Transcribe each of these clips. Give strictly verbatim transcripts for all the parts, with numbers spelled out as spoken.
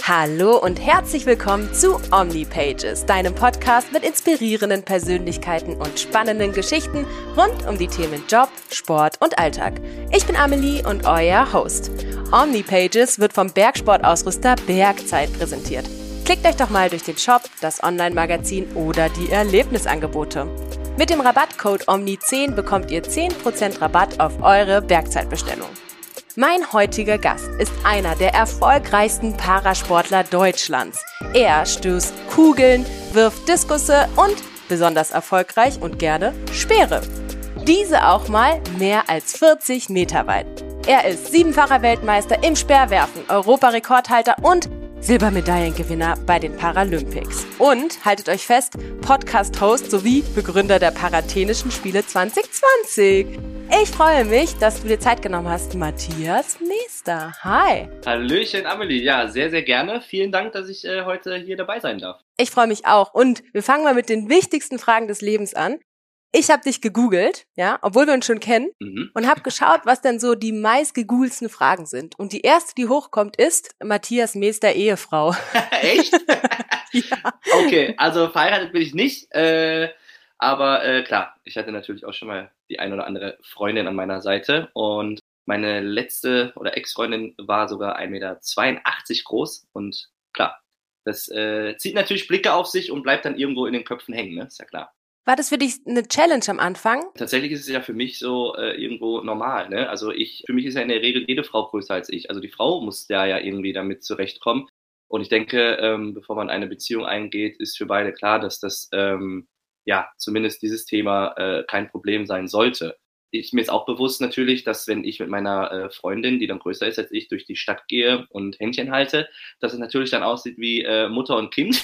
Hallo und herzlich willkommen zu OmniPages, deinem Podcast mit inspirierenden Persönlichkeiten und spannenden Geschichten rund um die Themen Job, Sport und Alltag. Ich bin Amelie und euer Host. OmniPages wird vom Bergsportausrüster Bergzeit präsentiert. Klickt euch doch mal durch den Shop, das Online-Magazin oder die Erlebnisangebote. Mit dem Rabattcode Omni zehn bekommt ihr zehn Prozent Rabatt auf eure Bergzeitbestellung. Mein heutiger Gast ist einer der erfolgreichsten Parasportler Deutschlands. Er stößt Kugeln, wirft Diskusse und, besonders erfolgreich und gerne, Speere. Diese auch mal mehr als vierzig Meter weit. Er ist siebenfacher Weltmeister im Speerwerfen, Europarekordhalter und Silbermedaillengewinner bei den Paralympics. Und, haltet euch fest, Podcast-Host sowie Begründer der Parathenischen Spiele zwanzig zwanzig. Ich freue mich, dass du dir Zeit genommen hast, Matthias Meester. Hi. Hallöchen, Amelie. Ja, sehr, sehr gerne. Vielen Dank, dass ich äh, heute hier dabei sein darf. Ich freue mich auch. Und wir fangen mal mit den wichtigsten Fragen des Lebens an. Ich habe dich gegoogelt, ja, obwohl wir uns schon kennen, mhm. und habe geschaut, was denn so die meist gegoogelsten Fragen sind. Und die erste, die hochkommt, ist Matthias Meester Ehefrau. Echt? Ja. Okay, also verheiratet bin ich nicht, äh, aber äh, klar, ich hatte natürlich auch schon mal die ein oder andere Freundin an meiner Seite und meine letzte oder Ex-Freundin war sogar ein Meter zweiundachtzig groß und klar, das äh, zieht natürlich Blicke auf sich und bleibt dann irgendwo in den Köpfen hängen, ne? Ist ja klar. War das für dich eine Challenge am Anfang? Tatsächlich ist es ja für mich so äh, irgendwo normal, ne? Also ich, für mich ist ja in der Regel jede Frau größer als ich. Also die Frau muss da ja irgendwie damit zurechtkommen. Und ich denke, ähm, bevor man eine Beziehung eingeht, ist für beide klar, dass das ähm, ja zumindest dieses Thema äh, kein Problem sein sollte. Ich, mir ist auch bewusst natürlich, dass wenn ich mit meiner äh, Freundin, die dann größer ist als ich, durch die Stadt gehe und Händchen halte, dass es natürlich dann aussieht wie äh, Mutter und Kind.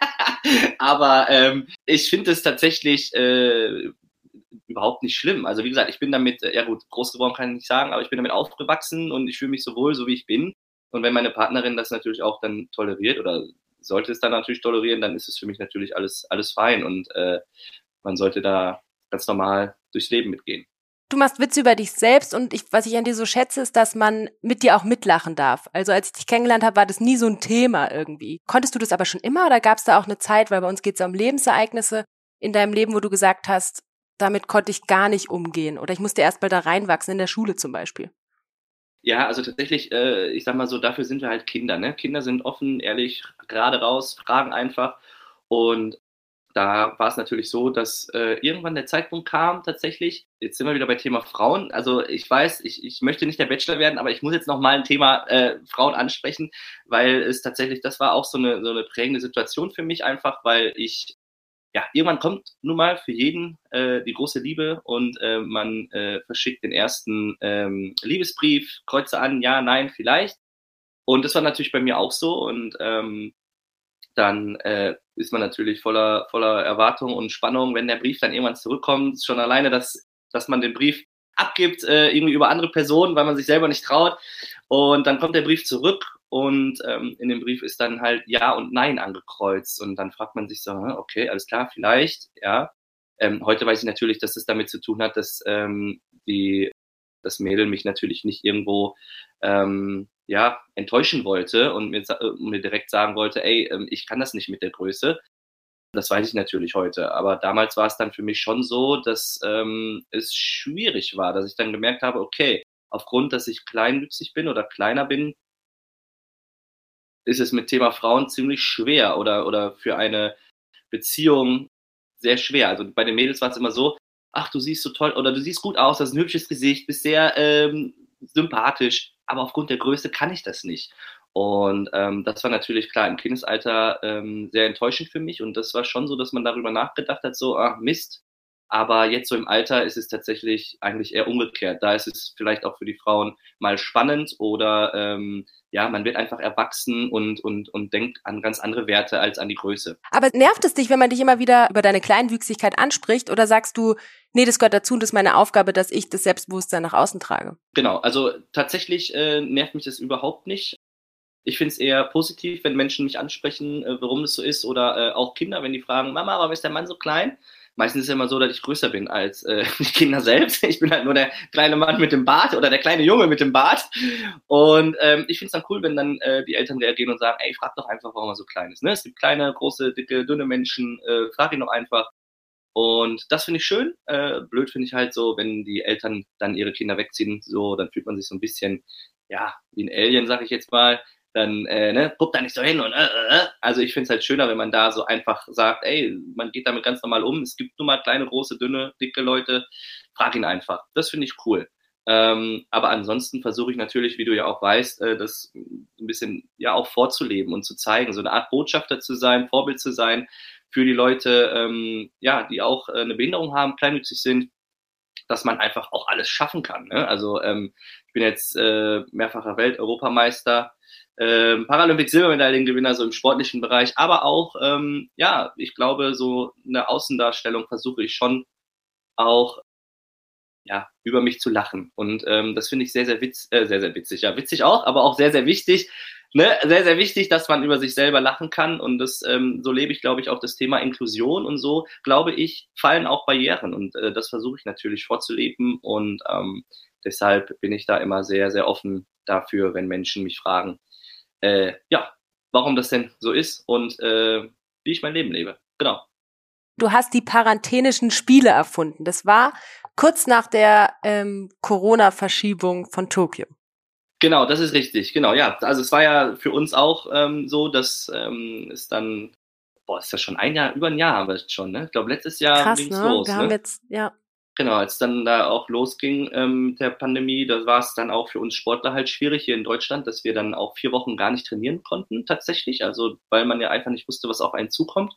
Aber ähm, ich finde es tatsächlich äh, überhaupt nicht schlimm. Also wie gesagt, ich bin damit, äh, ja gut, groß geworden kann ich nicht sagen, aber ich bin damit aufgewachsen und ich fühle mich so wohl, so wie ich bin. Und wenn meine Partnerin das natürlich auch dann toleriert oder sollte es dann natürlich tolerieren, dann ist es für mich natürlich alles, alles fein und äh, man sollte da ganz normal durchs Leben mitgehen. Du machst Witze über dich selbst und ich, was ich an dir so schätze, ist, dass man mit dir auch mitlachen darf. Also als ich dich kennengelernt habe, war das nie so ein Thema irgendwie. Konntest du das aber schon immer oder gab es da auch eine Zeit, weil bei uns geht es ja um Lebensereignisse in deinem Leben, wo du gesagt hast, damit konnte ich gar nicht umgehen oder ich musste erst mal da reinwachsen, in der Schule zum Beispiel? Ja, also tatsächlich, äh, ich sag mal so, dafür sind wir halt Kinder, ne? Kinder sind offen, ehrlich, gerade raus, fragen einfach und da war es natürlich so, dass äh, irgendwann der Zeitpunkt kam tatsächlich, jetzt sind wir wieder bei Thema Frauen, also ich weiß, ich, ich möchte nicht der Bachelor werden, aber ich muss jetzt noch mal ein Thema äh, Frauen ansprechen, weil es tatsächlich, das war auch so eine, so eine prägende Situation für mich einfach, weil ich, ja, irgendwann kommt nun mal für jeden äh, die große Liebe und äh, man äh, verschickt den ersten ähm, Liebesbrief, Kreuze an, ja, nein, vielleicht und das war natürlich bei mir auch so und ähm, dann äh, ist man natürlich voller, voller Erwartung und Spannung, wenn der Brief dann irgendwann zurückkommt. Schon alleine, dass, dass man den Brief abgibt, äh, irgendwie über andere Personen, weil man sich selber nicht traut. Und dann kommt der Brief zurück und ähm, in dem Brief ist dann halt Ja und Nein angekreuzt. Und dann fragt man sich so, okay, alles klar, vielleicht, ja. Ähm, heute weiß ich natürlich, dass es damit zu tun hat, dass ähm, die, das Mädel mich natürlich nicht irgendwo ähm, ja, enttäuschen wollte und mir, äh, mir direkt sagen wollte, ey, ähm, ich kann das nicht mit der Größe. Das weiß ich natürlich heute. Aber damals war es dann für mich schon so, dass ähm, es schwierig war, dass ich dann gemerkt habe, okay, aufgrund, dass ich kleinwüchsig bin oder kleiner bin, ist es mit Thema Frauen ziemlich schwer oder, oder für eine Beziehung sehr schwer. Also bei den Mädels war es immer so, ach, du siehst so toll oder du siehst gut aus, hast ein hübsches Gesicht, bist sehr ähm, sympathisch, aber aufgrund der Größe kann ich das nicht. Und ähm, das war natürlich klar im Kindesalter ähm, sehr enttäuschend für mich und das war schon so, dass man darüber nachgedacht hat, so, ach Mist, aber jetzt so im Alter ist es tatsächlich eigentlich eher umgekehrt. Da ist es vielleicht auch für die Frauen mal spannend oder ähm, ja, man wird einfach erwachsen und, und, und denkt an ganz andere Werte als an die Größe. Aber nervt es dich, wenn man dich immer wieder über deine Kleinwüchsigkeit anspricht oder sagst du, nee, das gehört dazu und das ist meine Aufgabe, dass ich das Selbstbewusstsein nach außen trage? Genau, also tatsächlich äh, nervt mich das überhaupt nicht. Ich finde es eher positiv, wenn Menschen mich ansprechen, äh, warum das so ist oder äh, auch Kinder, wenn die fragen, Mama, warum ist der Mann so klein? meistens ist es immer so, dass ich größer bin als äh, die Kinder selbst. Ich bin halt nur der kleine Mann mit dem Bart oder der kleine Junge mit dem Bart. Und ähm, ich finde es dann cool, wenn dann äh, die Eltern reagieren und sagen, ey, frag doch einfach, warum er so klein ist. Ne? Es gibt kleine, große, dicke, dünne Menschen, äh, frag ihn doch einfach. Und das finde ich schön. Äh, blöd finde ich halt so, wenn die Eltern dann ihre Kinder wegziehen, so, dann fühlt man sich so ein bisschen, ja, wie ein Alien, sag ich jetzt mal. Dann, äh, ne, guck da nicht so hin und, äh, äh. Also ich finde es halt schöner, wenn man da so einfach sagt, ey, man geht damit ganz normal um. Es gibt nur mal kleine, große, dünne, dicke Leute. Frag ihn einfach. Das finde ich cool. Ähm, aber ansonsten versuche ich natürlich, wie du ja auch weißt, äh, das ein bisschen ja auch vorzuleben und zu zeigen, so eine Art Botschafter zu sein, Vorbild zu sein für die Leute, ähm, ja, die auch äh, eine Behinderung haben, kleinwüchsig sind, dass man einfach auch alles schaffen kann. Ne? Also ähm, ich bin jetzt äh, mehrfacher Welt-Europameister, ähm, Paralympic-Silbermedaillengewinner so im sportlichen Bereich, aber auch, ähm, ja, ich glaube, so eine Außendarstellung versuche ich schon auch ja, über mich zu lachen. Und ähm, das finde ich sehr, sehr witz, äh, sehr, sehr witzig. Ja, witzig auch, aber auch sehr, sehr wichtig. Ne? Sehr, sehr wichtig, dass man über sich selber lachen kann. Und das, ähm, so lebe ich, glaube ich, auch das Thema Inklusion und so, glaube ich, fallen auch Barrieren. Und äh, das versuche ich natürlich vorzuleben. Und ähm, deshalb bin ich da immer sehr, sehr offen dafür, wenn Menschen mich fragen, äh, ja, warum das denn so ist und äh, wie ich mein Leben lebe. Genau. Du hast die Paranthenischen Spiele erfunden. Das war kurz nach der ähm, Corona-Verschiebung von Tokio. Genau, das ist richtig. Genau, ja. Also es war ja für uns auch ähm, so, dass ähm, es dann, boah, ist das schon ein Jahr, über ein Jahr haben wir es schon, ne? Ich glaube, letztes Jahr Krass, ging's ne? los, Wir ne? haben jetzt, ja. Genau, als dann da auch losging ähm, mit der Pandemie, da war es dann auch für uns Sportler halt schwierig hier in Deutschland, dass wir dann auch vier Wochen gar nicht trainieren konnten, tatsächlich. Also weil man ja einfach nicht wusste, was auf einen zukommt.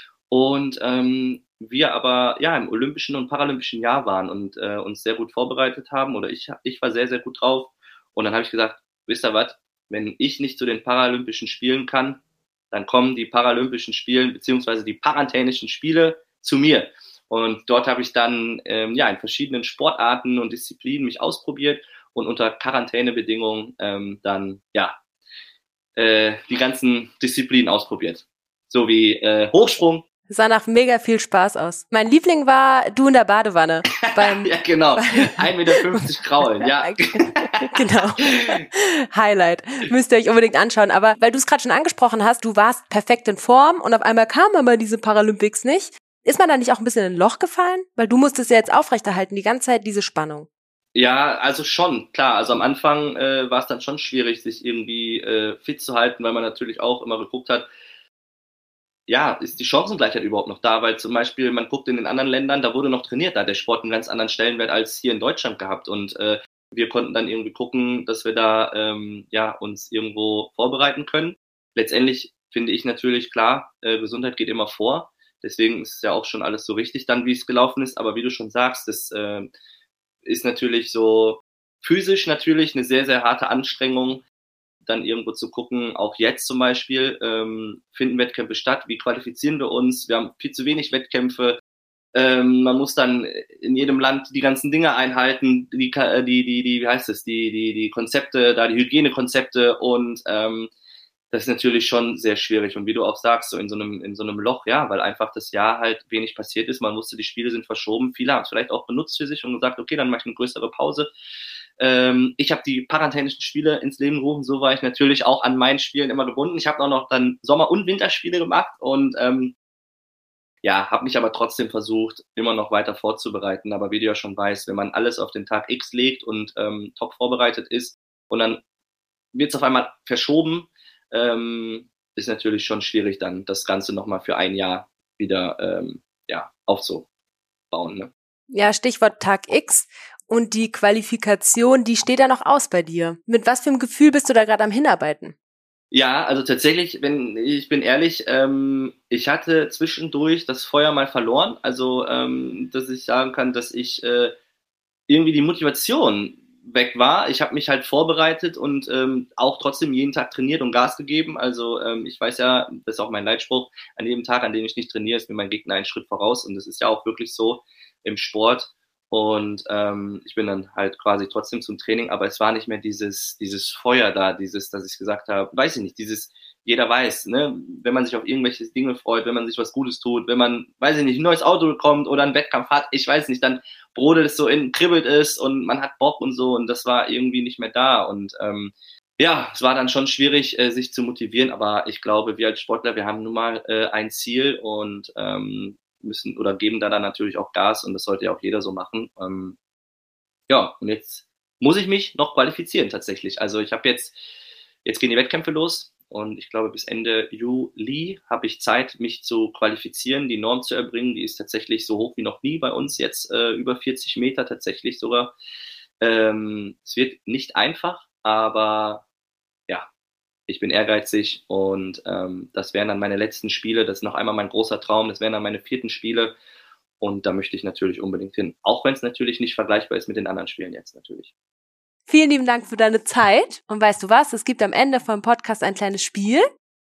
Und ähm, wir aber ja im olympischen und paralympischen Jahr waren und äh, uns sehr gut vorbereitet haben oder ich, ich war sehr, sehr gut drauf. Und dann habe ich gesagt, wisst ihr was, wenn ich nicht zu den Paralympischen Spielen kann, dann kommen die Paralympischen Spiele beziehungsweise die Paranthenischen Spiele zu mir. Und dort habe ich dann ähm, ja in verschiedenen Sportarten und Disziplinen mich ausprobiert und unter Quarantänebedingungen ähm, dann ja äh, die ganzen Disziplinen ausprobiert. So wie äh, Hochsprung. Sah nach mega viel Spaß aus. Mein Liebling war du in der Badewanne. Beim, ja, genau. ein Meter fünfzig kraulen, ja. Genau. Highlight. Müsst ihr euch unbedingt anschauen. Aber weil du es gerade schon angesprochen hast, du warst perfekt in Form und auf einmal kamen aber diese Paralympics nicht. Ist man da nicht auch ein bisschen in ein Loch gefallen? Weil du musstest ja jetzt aufrechterhalten, die ganze Zeit diese Spannung. Ja, also schon, klar. Also am Anfang äh, war es dann schon schwierig, sich irgendwie äh, fit zu halten, weil man natürlich auch immer geguckt hat, ja, ist die Chancengleichheit überhaupt noch da? Weil zum Beispiel, man guckt in den anderen Ländern, da wurde noch trainiert, da hat der Sport einen ganz anderen Stellenwert als hier in Deutschland gehabt. Und äh, wir konnten dann irgendwie gucken, dass wir da ähm, ja uns irgendwo vorbereiten können. Letztendlich finde ich natürlich, klar, äh, Gesundheit geht immer vor. Deswegen ist es ja auch schon alles so richtig dann, wie es gelaufen ist. Aber wie du schon sagst, das äh, ist natürlich so physisch natürlich eine sehr, sehr harte Anstrengung, dann irgendwo zu gucken, auch jetzt zum Beispiel, ähm, finden Wettkämpfe statt, wie qualifizieren wir uns, wir haben viel zu wenig Wettkämpfe, ähm, man muss dann in jedem Land die ganzen Dinge einhalten, die, die, die, die wie heißt es, die, die, die Konzepte, da die Hygienekonzepte und ähm, das ist natürlich schon sehr schwierig und wie du auch sagst, so in so einem, in so einem Loch, ja, weil einfach das Jahr halt wenig passiert ist, man wusste, die Spiele sind verschoben, viele haben es vielleicht auch benutzt für sich und gesagt, okay, dann mache ich eine größere Pause. Ähm, ich habe die Paranthenischen Spiele ins Leben gerufen, so war ich natürlich auch an meinen Spielen immer gebunden. Ich habe auch noch dann Sommer- und Winterspiele gemacht und ähm, ja, habe mich aber trotzdem versucht, immer noch weiter vorzubereiten. Aber wie du ja schon weißt, wenn man alles auf den Tag X legt und ähm, top vorbereitet ist und dann wird es auf einmal verschoben, ähm, ist natürlich schon schwierig, dann das Ganze nochmal für ein Jahr wieder ähm, ja, aufzubauen. Ne? Ja, Stichwort Tag X. Und die Qualifikation, die steht da noch aus bei dir. Mit was für einem Gefühl bist du da gerade am Hinarbeiten? Ja, also tatsächlich, wenn ich bin ehrlich, ähm, ich hatte zwischendurch das Feuer mal verloren. Also, ähm, dass ich sagen kann, dass ich äh, irgendwie die Motivation weg war. Ich habe mich halt vorbereitet und ähm, auch trotzdem jeden Tag trainiert und Gas gegeben. Also ähm, ich weiß ja, das ist auch mein Leitspruch, an jedem Tag, an dem ich nicht trainiere, ist mir mein Gegner einen Schritt voraus. Und das ist ja auch wirklich so im Sport. Und ähm, ich bin dann halt quasi trotzdem zum Training, aber es war nicht mehr dieses, dieses Feuer da, dieses, dass ich gesagt habe, weiß ich nicht, dieses, jeder weiß, ne, wenn man sich auf irgendwelche Dinge freut, wenn man sich was Gutes tut, wenn man, weiß ich nicht, ein neues Auto bekommt oder einen Wettkampf hat, ich weiß nicht, dann brodelt es so in, kribbelt es und man hat Bock und so und das war irgendwie nicht mehr da und ähm, ja, es war dann schon schwierig, äh, sich zu motivieren, aber ich glaube, wir als Sportler, wir haben nun mal äh, ein Ziel und ähm, müssen oder geben da dann natürlich auch Gas und das sollte ja auch jeder so machen. Ähm, ja, und jetzt muss ich mich noch qualifizieren tatsächlich. Also ich habe jetzt, jetzt gehen die Wettkämpfe los und ich glaube bis Ende Juli habe ich Zeit, mich zu qualifizieren, die Norm zu erbringen. Die ist tatsächlich so hoch wie noch nie bei uns jetzt, äh, über vierzig Meter tatsächlich sogar. Ähm, es wird nicht einfach, aber ja, ich bin ehrgeizig und ähm, das wären dann meine letzten Spiele. Das ist noch einmal mein großer Traum. Das wären dann meine vierten Spiele und da möchte ich natürlich unbedingt hin. Auch wenn es natürlich nicht vergleichbar ist mit den anderen Spielen jetzt natürlich. Vielen lieben Dank für deine Zeit. Und weißt du was? Es gibt am Ende vom Podcast ein kleines Spiel.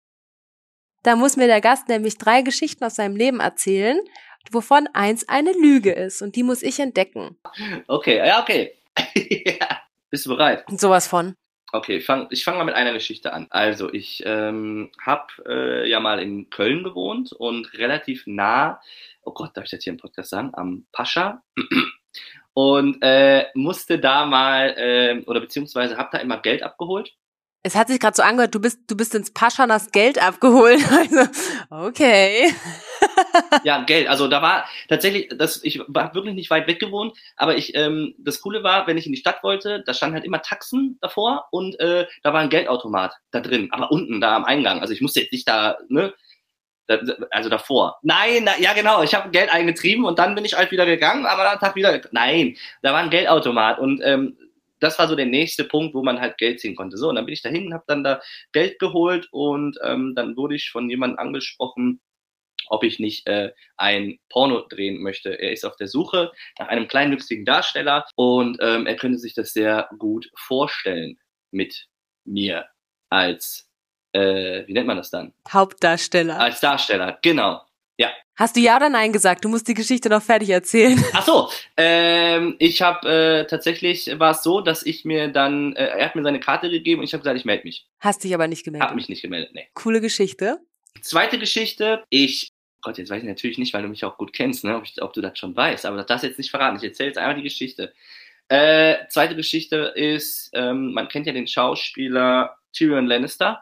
Da muss mir der Gast nämlich drei Geschichten aus seinem Leben erzählen, wovon eins eine Lüge ist. Und die muss ich entdecken. Okay, ja, okay. Ja. Bist du bereit? Sowas von. Okay, ich fange ich fang mal mit einer Geschichte an. Also ich ähm, habe äh, ja mal in Köln gewohnt und relativ nah, oh Gott, darf ich das hier im Podcast sagen, am Pascha und äh, musste da mal, äh, oder beziehungsweise habe da immer Geld abgeholt. Es hat sich gerade so angehört, du bist, du bist ins Pascha und hast Geld abgeholt. Also, okay. Ja, Geld. Also da war tatsächlich, das, ich war wirklich nicht weit weg gewohnt, aber ich, ähm, das Coole war, wenn ich in die Stadt wollte, da standen halt immer Taxen davor und äh, da war ein Geldautomat da drin, aber unten, da am Eingang. Also ich musste jetzt nicht da, ne, da, also davor. Nein, da, ja genau, ich habe Geld eingetrieben und dann bin ich halt wieder gegangen, aber am Tag wieder, nein, da war ein Geldautomat und ähm, das war so der nächste Punkt, wo man halt Geld ziehen konnte. So, und dann bin ich dahin und habe dann da Geld geholt und ähm, dann wurde ich von jemandem angesprochen, ob ich nicht äh, ein Porno drehen möchte. Er ist auf der Suche nach einem kleinwüchsigen Darsteller und ähm, er könnte sich das sehr gut vorstellen mit mir als, äh, wie nennt man das dann? Hauptdarsteller. Als Darsteller, genau. Ja. Hast du ja oder nein gesagt? Du musst die Geschichte noch fertig erzählen. Ach so, ähm, ich habe äh, tatsächlich, war es so, dass ich mir dann, äh, er hat mir seine Karte gegeben und ich habe gesagt, ich melde mich. Hast dich aber nicht gemeldet. Hab mich nicht gemeldet, nee. Coole Geschichte. Zweite Geschichte, ich, Gott, jetzt weiß ich natürlich nicht, weil du mich auch gut kennst, ne, ob, ich, ob du das schon weißt, aber das darfst du jetzt nicht verraten. Ich erzähle jetzt einmal die Geschichte. Äh, zweite Geschichte ist, ähm, man kennt ja den Schauspieler Tyrion Lannister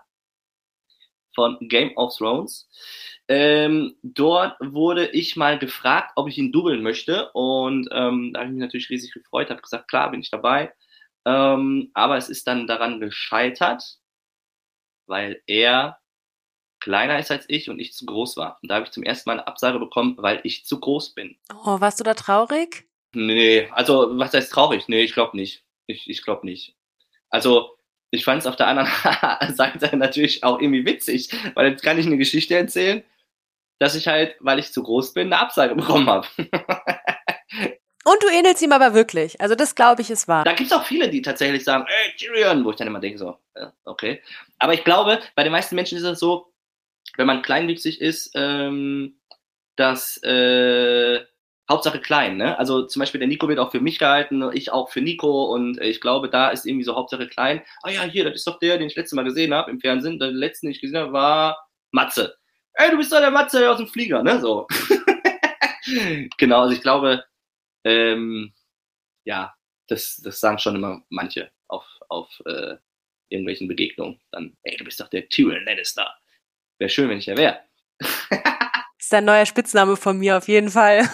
von Game of Thrones. Ähm, dort wurde ich mal gefragt, ob ich ihn dubeln möchte und ähm, da habe ich mich natürlich riesig gefreut, habe gesagt, klar, bin ich dabei. Ähm, aber es ist dann daran gescheitert, weil er kleiner ist als ich und ich zu groß war. Und da habe ich zum ersten Mal eine Absage bekommen, weil ich zu groß bin. Oh, warst du da traurig? Nee, also was heißt traurig? Nee, ich glaube nicht. Ich, ich glaube nicht. Also ich fand es auf der anderen Seite natürlich auch irgendwie witzig, weil jetzt kann ich eine Geschichte erzählen, dass ich halt, weil ich zu groß bin, eine Absage bekommen habe. Und du ähnelst ihm aber wirklich. Also das glaube ich ist wahr. Da gibt es auch viele, die tatsächlich sagen, ey, Tyrion, wo ich dann immer denke so, ja, okay. Aber ich glaube, bei den meisten Menschen ist es so, wenn man kleinwüchsig ist, ähm, dass äh, Hauptsache klein, ne? Also zum Beispiel der Nico wird auch für mich gehalten, ich auch für Nico und ich glaube, da ist irgendwie so Hauptsache klein. Ah ja, hier, das ist doch der, den ich letztes Mal gesehen habe im Fernsehen. Der letzte, den ich gesehen habe, war Matze. Ey, du bist doch der Matze aus dem Flieger, ne? So. Genau, also ich glaube, ähm, ja, das, das sagen schon immer manche auf, auf äh, irgendwelchen Begegnungen. Dann, ey, du bist doch der Tyrion Lannister. Wäre schön, wenn ich er wäre. Ist ein neuer Spitzname von mir auf jeden Fall.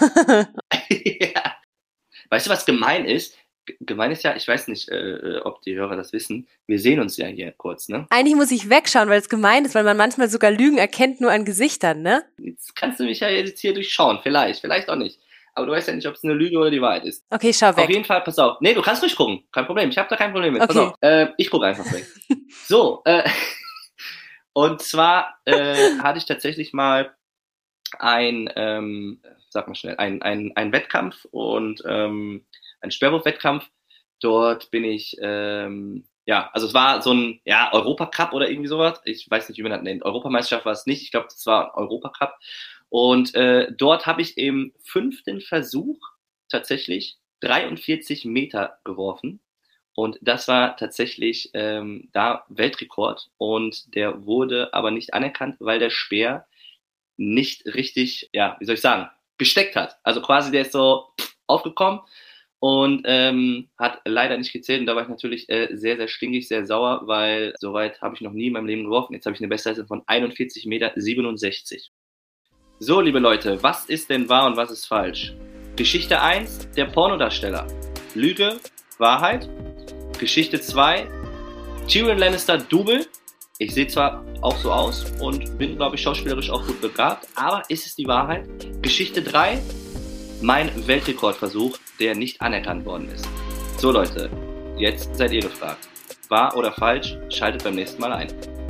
Ja. Weißt du, was gemein ist? G- Gemein ist ja, ich weiß nicht, äh, ob die Hörer das wissen, wir sehen uns ja hier kurz, ne? Eigentlich muss ich wegschauen, weil es gemein ist, weil man manchmal sogar Lügen erkennt nur an Gesichtern, ne? Jetzt kannst du mich ja jetzt hier durchschauen, vielleicht, vielleicht auch nicht. Aber du weißt ja nicht, ob es eine Lüge oder die Wahrheit ist. Okay, ich schau weg. Auf jeden Fall, pass auf. Nee, du kannst durchgucken, kein Problem, ich habe da kein Problem mit. Pass Okay. auf, äh, ich gucke einfach weg. So, äh, und zwar äh, hatte ich tatsächlich mal ein, ähm, sag mal schnell, ein, ein, ein Wettkampf und ähm, ein Sperrwurf-Wettkampf. Dort bin ich, ähm, ja, also es war so ein, ja, Europacup oder irgendwie sowas. Ich weiß nicht, wie man das nennt. Europameisterschaft war es nicht. Ich glaube, das war ein Europacup. Und äh, dort habe ich im fünften Versuch tatsächlich dreiundvierzig Meter geworfen. Und das war tatsächlich ähm, da Weltrekord. Und der wurde aber nicht anerkannt, weil der Speer nicht richtig, ja, wie soll ich sagen, gesteckt hat. Also quasi der ist so aufgekommen und ähm, hat leider nicht gezählt. Und da war ich natürlich äh, sehr, sehr stinkig, sehr sauer, weil soweit habe ich noch nie in meinem Leben geworfen. Jetzt habe ich eine Bestleistung von einundvierzig Meter siebenundsechzig. So, liebe Leute, was ist denn wahr und was ist falsch? Geschichte eins, der Pornodarsteller. Lüge, Wahrheit. Geschichte zwei, Tyrion Lannister Double. Ich sehe zwar auch so aus und bin, glaube ich, schauspielerisch auch gut begabt, aber ist es die Wahrheit? Geschichte drei, mein Weltrekordversuch, der nicht anerkannt worden ist. So Leute, jetzt seid ihr gefragt. Wahr oder falsch? Schaltet beim nächsten Mal ein.